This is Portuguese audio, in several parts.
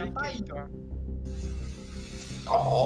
Já tá aí. Oh.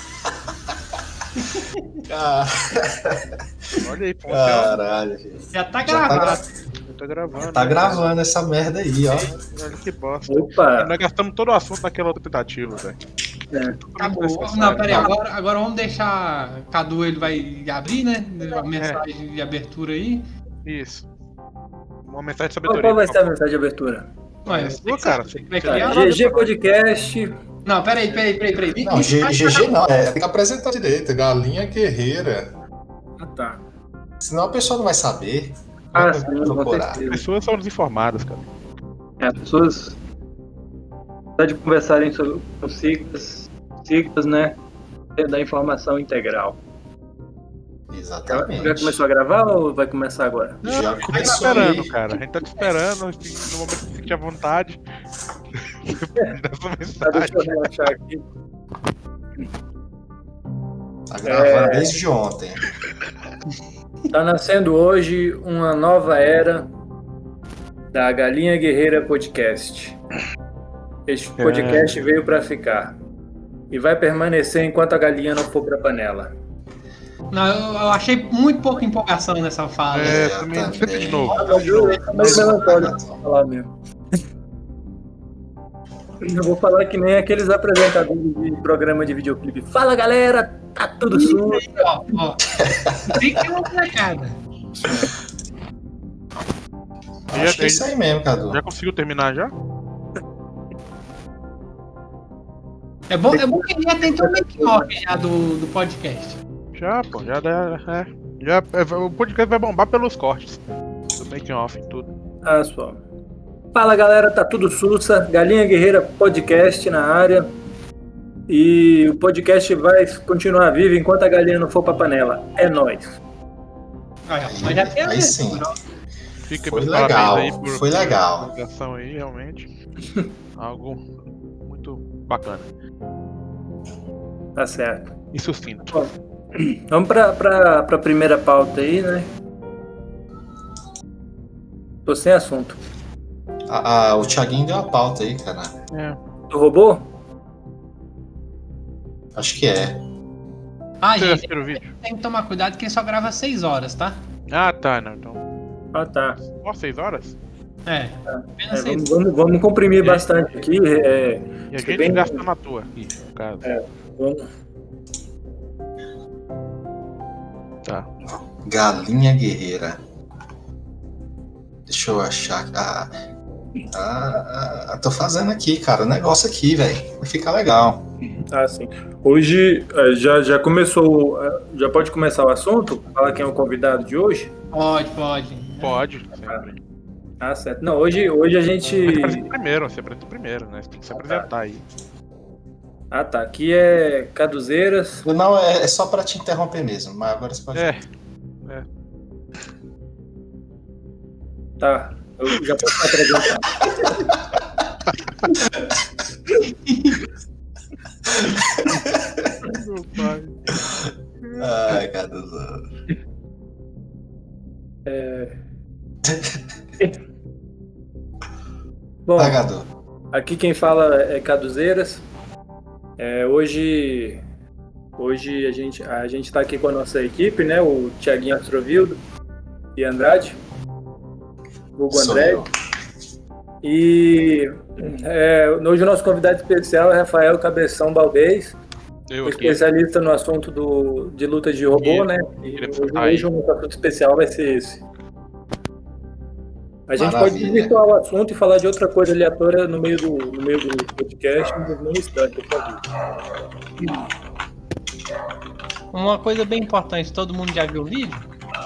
Olha aí, pô. Caralho, gente. Já tá gravado. Tá gravando. Tá gravando essa merda aí, ó. Olha que bosta. Opa! Nós gastamos todo o assunto naquela outra tentativa, velho. Acabou. Não, peraí, agora vamos deixar. Cadu, ele vai abrir, né? A mensagem de abertura aí. Isso. Uma mensagem de Qual sabedoria. vai ser a mensagem de abertura? Ué, Sua, cara. vai criar? GG Podcast. Não, peraí. Não, GG não. Tem que apresentar direito. Galinha Guerreira. Ah, tá. Senão a pessoa não vai saber. Ah, Vai sim, com procurar. As certeza. pessoas são desinformadas, cara. As pessoas de conversarem sobre os siglas, né? Da informação integral. Exatamente. Já começou a gravar ou vai começar agora? Já Tá começou esperando, aí. cara. A gente tá te esperando. No momento que você sentir à vontade. Dessa Tá, deixa eu mensagem. relaxar aqui. Tá gravando desde ontem. Tá nascendo hoje uma nova era da Galinha Guerreira Podcast. Este podcast veio pra ficar. E vai permanecer enquanto a galinha não for pra panela. Não, eu achei muito pouca empolgação nessa fala. Também. também. Sempre de novo. Mas melancólico pra falar mesmo. Eu vou falar que nem aqueles apresentadores de programa de videoclipe. Fala galera, tá tudo sujo. Ó. Tem que ter uma molecada. Acho que é isso aí mesmo, Cadu. Já conseguiu terminar já? É bom que já tem todo o make-off já do podcast. Já, pô. Já dá. O podcast vai bombar pelos cortes. Do making off e tudo. Ah, só. Fala galera, tá tudo sussa. Galinha Guerreira Podcast na área. E o podcast vai continuar vivo enquanto a galinha não for pra panela. É nóis. Mas já tem a Aí sim. Fica Foi meus legal, parabéns aí foi legal. pela apresentação aí, realmente. Algo muito bacana. Tá certo. E sucinto. Vamos pra primeira pauta aí, né? Tô sem assunto. O Thiaguinho deu a pauta aí, cara. Do robô? Acho que é. Ah, Você já gente, assistiu o vídeo? tem que tomar cuidado que ele só grava 6 horas, tá? Ah, tá, não. Então. Ah, tá. Ó, 6 horas? Apenas 6 Vamos comprimir bastante aqui. E a gente bem- gasta na tua aqui, no caso. Vamos. Tá. Galinha Guerreira. Deixa eu achar. Tô fazendo aqui, cara. O negócio aqui, velho. Vai ficar legal. Ah, sim. Hoje já começou. Já pode começar o assunto? Fala quem é o convidado de hoje? Pode. Pode, sempre. Ah, certo. Não, hoje a gente. Você apresenta primeiro, né? Você tem que se apresentar aí. Ah, tá. Aqui é Caduzeiras. Não, é só pra te interromper mesmo. Mas agora você pode. Tá. Eu já posso me apresentar. Meu pai. Ai, Cadu. Bom, Vai, Cadu. aqui quem fala é Caduzeiras. Hoje a gente tá aqui com a nossa equipe, né? O Thiaguinho Astrovildo e Andrade. Hugo Sou André. eu. E hoje o nosso convidado especial é Rafael Cabeção Baldez, Eu aqui. especialista no assunto de luta de robô, né? E hoje o nosso assunto especial vai ser esse. A gente pode Maravilha. desvirtuar o assunto e falar de outra coisa aleatória no meio do podcast, no instante, por favor. Uma coisa bem importante, todo mundo já viu o vídeo?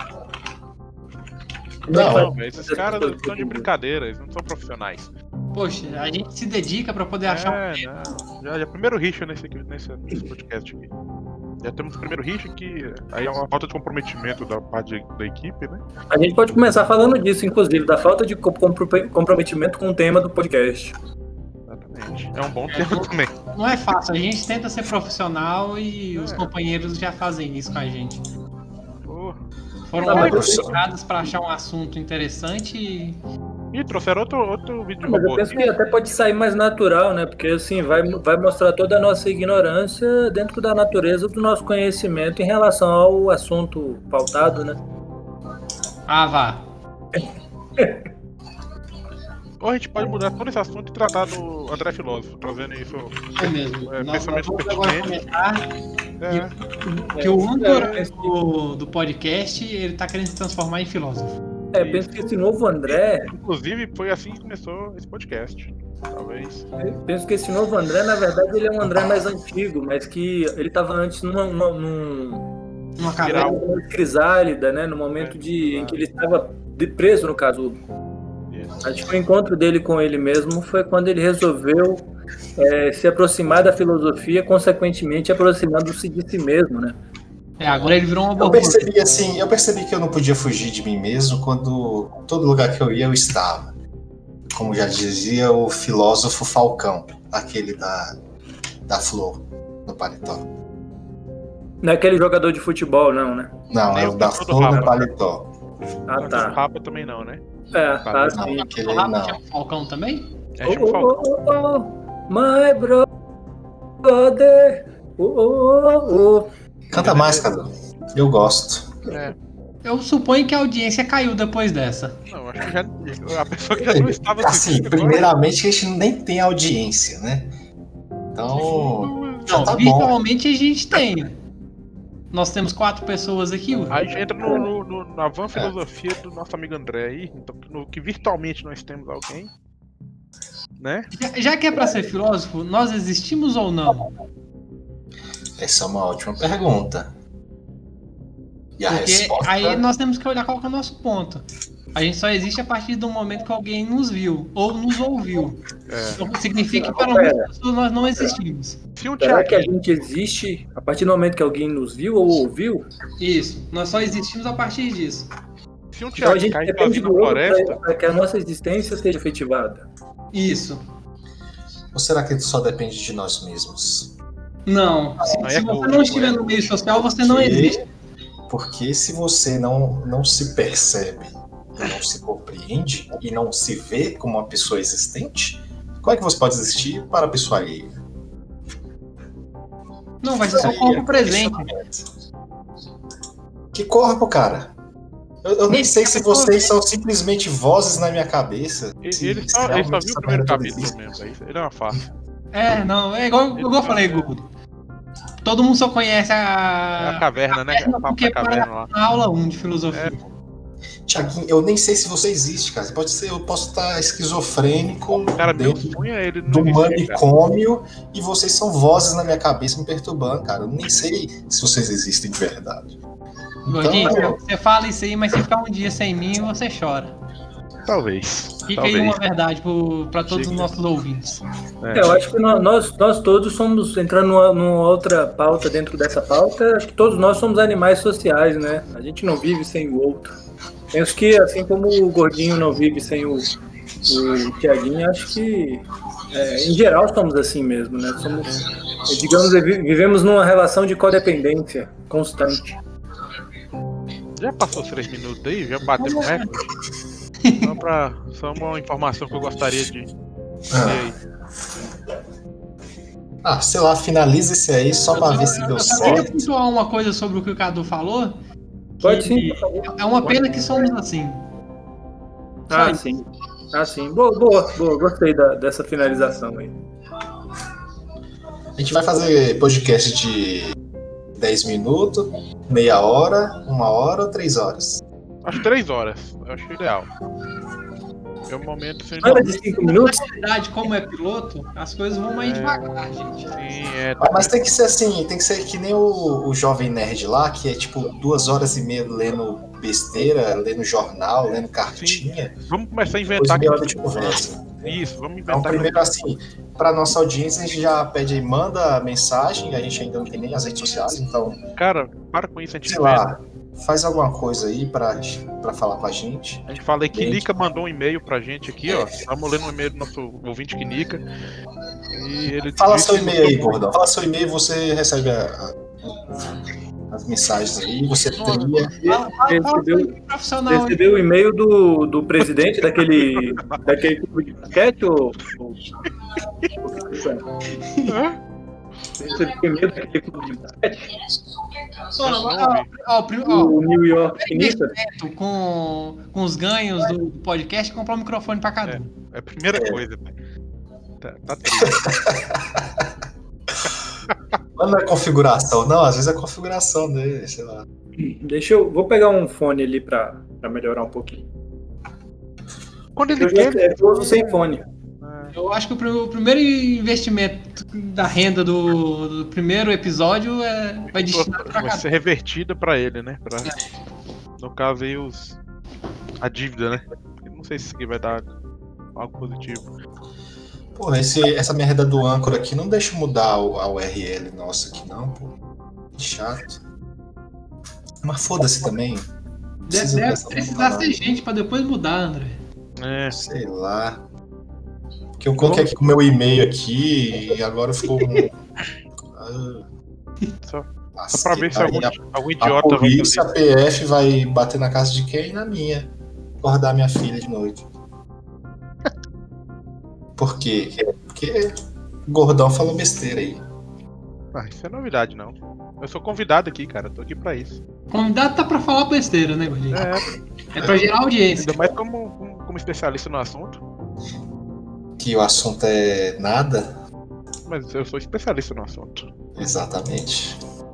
Não, velho. Esses caras estão de brincadeira, eles não são profissionais. Poxa, a gente se dedica pra poder achar um não. Já primeiro rixa nesse podcast aqui. Já temos o primeiro rixa que aí é uma falta de comprometimento da parte da equipe, né? A gente pode começar falando disso, inclusive, da falta de comprometimento com o tema do podcast. Exatamente. É um bom tema também. Não é fácil, a gente tenta ser profissional e os companheiros já fazem isso com a gente. Pô, Foram Tá, horas mas- dedicadas pra achar um assunto interessante e Ih, trouxeram outro vídeo de Mas eu robô penso aqui. que até pode sair mais natural, né? Porque assim, vai mostrar toda a nossa ignorância dentro da natureza do nosso conhecimento em relação ao assunto pautado, né? Ah, vá. Ou a gente pode mudar todo esse assunto e tratar do André Filósofo, trazendo isso. É mesmo. É, Nós pensamento vamos agora pertinente. comentar É, que o âncora do podcast, ele tá querendo se transformar em filósofo. Penso que esse novo André, inclusive, foi assim que começou esse podcast. Talvez. na verdade, ele é um André mais antigo, mas que ele estava antes Uma caverna. numa crisálida, né? No momento em que ele estava preso, no caso. Acho que o encontro dele com ele mesmo foi quando ele resolveu se aproximar da filosofia, consequentemente aproximando-se de si mesmo, né? Agora ele virou uma Eu borboleta. percebi que eu não podia fugir de mim mesmo quando todo lugar que eu ia eu estava. Como já dizia o filósofo Falcão, aquele da flor no paletó. Não é aquele jogador de futebol, não, né? Não, Nem é o o da cantor do flor no Rapa. paletó. Ah, O tá. Rapa também não, né? Tá Não, sim. aquele O aí Rafa não. tinha um Falcão também? É tipo Falcão. My brother. Canta mais, Cadu. Eu gosto. É. Eu suponho que a audiência caiu depois dessa. Não, acho que já a pessoa que já não estava Assim, assistindo agora- primeiramente a gente nem tem audiência, né? Então, já Não, tá bom. virtualmente a gente tem. Nós temos 4 pessoas aqui. Aí a gente entra na van filosofia do nosso amigo André aí, então, no que virtualmente nós temos alguém, né? Já que é pra ser filósofo, nós existimos ou não? Essa é uma ótima pergunta. E a Porque resposta aí nós temos que olhar qual que é o nosso ponto. A gente só existe a partir do momento que alguém nos viu ou nos ouviu. É. Então significa que para muitas pessoas nós não existimos. Se um Será que a Thiaguinho, gente existe a partir do momento que alguém nos viu ou ouviu? Isso, nós só existimos a partir disso. se um Então a Thiaguinho gente cair depende sozinho do na outro floresta, para que a nossa existência seja efetivada. Isso. ou será que só depende de nós mesmos? Não. Se Aí é você coach, não estiver no meio social, você não existe. Porque se você não se percebe, não se compreende e não se vê como uma pessoa existente, como é que você pode existir para a pessoa alheia? Não, vai ser só o corpo presente. Que corpo, cara? Eu nem sei se vocês são simplesmente vozes na minha cabeça. ele Se só realmente viu o essa primeiro merda capítulo existe. mesmo, aí ele é uma farsa. Não, é igual eu falei, Gugu. Todo mundo só conhece É a caverna, né? O papo porque da caverna lá. na aula 1 de filosofia. Tiaguinho, eu nem sei se você existe, cara. Eu posso estar esquizofrênico Cara, meu dentro sonho é ele do não existir, cara. manicômio e vocês são vozes na minha cabeça me perturbando, cara. Eu nem sei se vocês existem de verdade. Gordinho, Então, você fala isso aí, mas se ficar um dia sem mim, você chora. Talvez. Fica aí Talvez. uma verdade pra todos os Chega. nossos ouvintes. É. Eu acho que nós todos somos, entrando numa outra pauta dentro dessa pauta, acho que todos nós somos animais sociais, né? A gente não vive sem o outro. Penso que, assim como o Gordinho não vive sem o Thiaguinho, acho que, em geral, somos assim mesmo, né? Digamos, vivemos numa relação de codependência constante. Já passou os 3 minutos aí? Já bateu o recorde? Só uma informação que eu gostaria de ter aí. sei lá, finaliza esse aí só pra ver se deu Eu só queria certo. pontuar uma coisa sobre o que o Cadu falou. Pode que sim, por favor. É uma pena que somos assim. Ah, sim. Boa. Gostei dessa finalização aí. A gente vai fazer podcast de 10 minutos, meia hora, 1 hora ou 3 horas. Acho 3 horas. Eu acho ideal. É o momento sem. Hora de 5 minutos? Na realidade, como é piloto, as coisas vão mais devagar, gente. Sim, Mas tem que ser assim, tem que ser que nem o Jovem Nerd lá, que é tipo 2 horas e meia lendo besteira, lendo jornal, lendo cartinha, Vamos começar a depois inventar meia aqui. hora de conversa. Isso, vamos Então, inventar. primeiro assim, para nossa audiência, a gente já pede aí, manda mensagem, a gente ainda não tem nem as redes sociais, então, Cara, para com isso, a gente sei inventa. lá, faz alguma coisa aí pra falar com a gente. A gente fala aí que Nika mandou um e-mail pra gente aqui, ó. Estamos lendo um e-mail do nosso ouvinte Kinika. E ele Fala disse seu que e-mail aí, gostou gordão. Fala seu e-mail e você recebe as as mensagens aí, você teria. Profissional. Recebeu o e-mail do presidente daquele clube de basquete? Ou... Recebeu o e-mail daquele clube de basquete? O New York Knicks? com os ganhos do podcast, comprar um microfone pra cada um. É a primeira coisa, velho. Tá triste. Mas não é configuração, não, às vezes é a configuração dele, sei lá. Vou pegar um fone ali pra melhorar um pouquinho. Quando ele quer. Eu uso sem fone. Eu acho que o primeiro investimento da renda do primeiro episódio vai destinar pra vai cada ser revertida pra ele, né? No caso aí, a dívida, né? Eu não sei se isso aqui vai dar algo positivo. Pô, essa merda do Anchor aqui não deixa mudar a URL nossa aqui, não, pô. Que chato. Mas foda-se também. Deve precisar ser gente pra depois mudar, André. Sei lá. Porque eu coloquei aqui com o meu e-mail aqui e agora ficou Só pra ver se algum idiota vai fazer. A PF vai bater na casa de quem? Na minha. Acordar minha filha de noite. Por quê? Porque o Gordão falou besteira aí. Isso é novidade, não. Eu sou convidado aqui, cara. Eu tô aqui pra isso. Convidado tá pra falar besteira, né, Gordinho? É pra gerar audiência. Ainda mais como especialista no assunto. Que o assunto é nada? Mas eu sou especialista no assunto. Exatamente.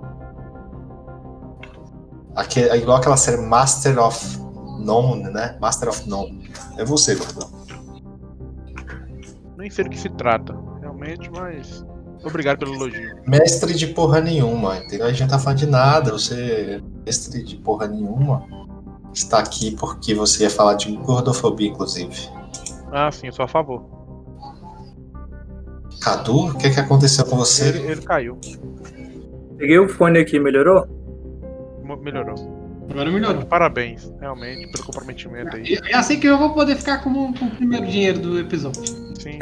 Aqui é igual aquela série Master of None, né? Master of None. É você, Gordão. Nem sei do que se trata, realmente, mas obrigado pelo elogio. Mestre de porra nenhuma, entendeu? A gente não tá falando de nada, você mestre de porra nenhuma está aqui porque você ia falar de gordofobia, inclusive. Ah, sim, eu sou a favor. Cadu, o que aconteceu com você? Ele caiu. Peguei o fone aqui, melhorou? Melhorou. Agora melhorou. Parabéns, realmente, pelo comprometimento aí. É assim que eu vou poder ficar com o primeiro dinheiro do episódio. Sim.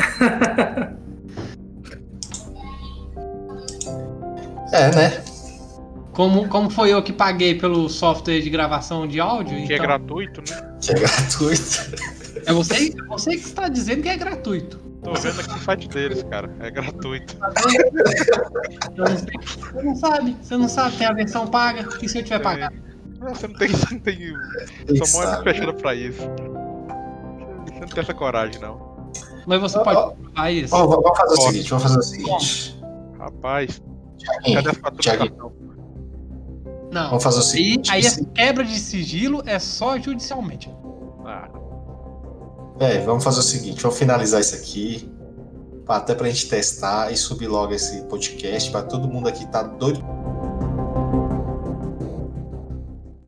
Né? Como foi eu que paguei pelo software de gravação de áudio? Que é gratuito, né? Que é gratuito. É você que está dizendo que é gratuito. Tô vendo aqui no site deles, cara. É gratuito. Você não sabe, tem a versão paga. E se eu tiver pagado? Você não tem. Sua mão é fechada pra isso. Você não tem essa coragem, não. Mas você pode provar isso. Vamos fazer o seguinte. Rapaz, Thiaguinho, cadê as faturas? Não. Vamos fazer o seguinte. Aí a quebra de sigilo é só judicialmente. Vamos fazer o seguinte, vamos finalizar isso aqui, até pra gente testar e subir logo esse podcast, pra todo mundo aqui tá doido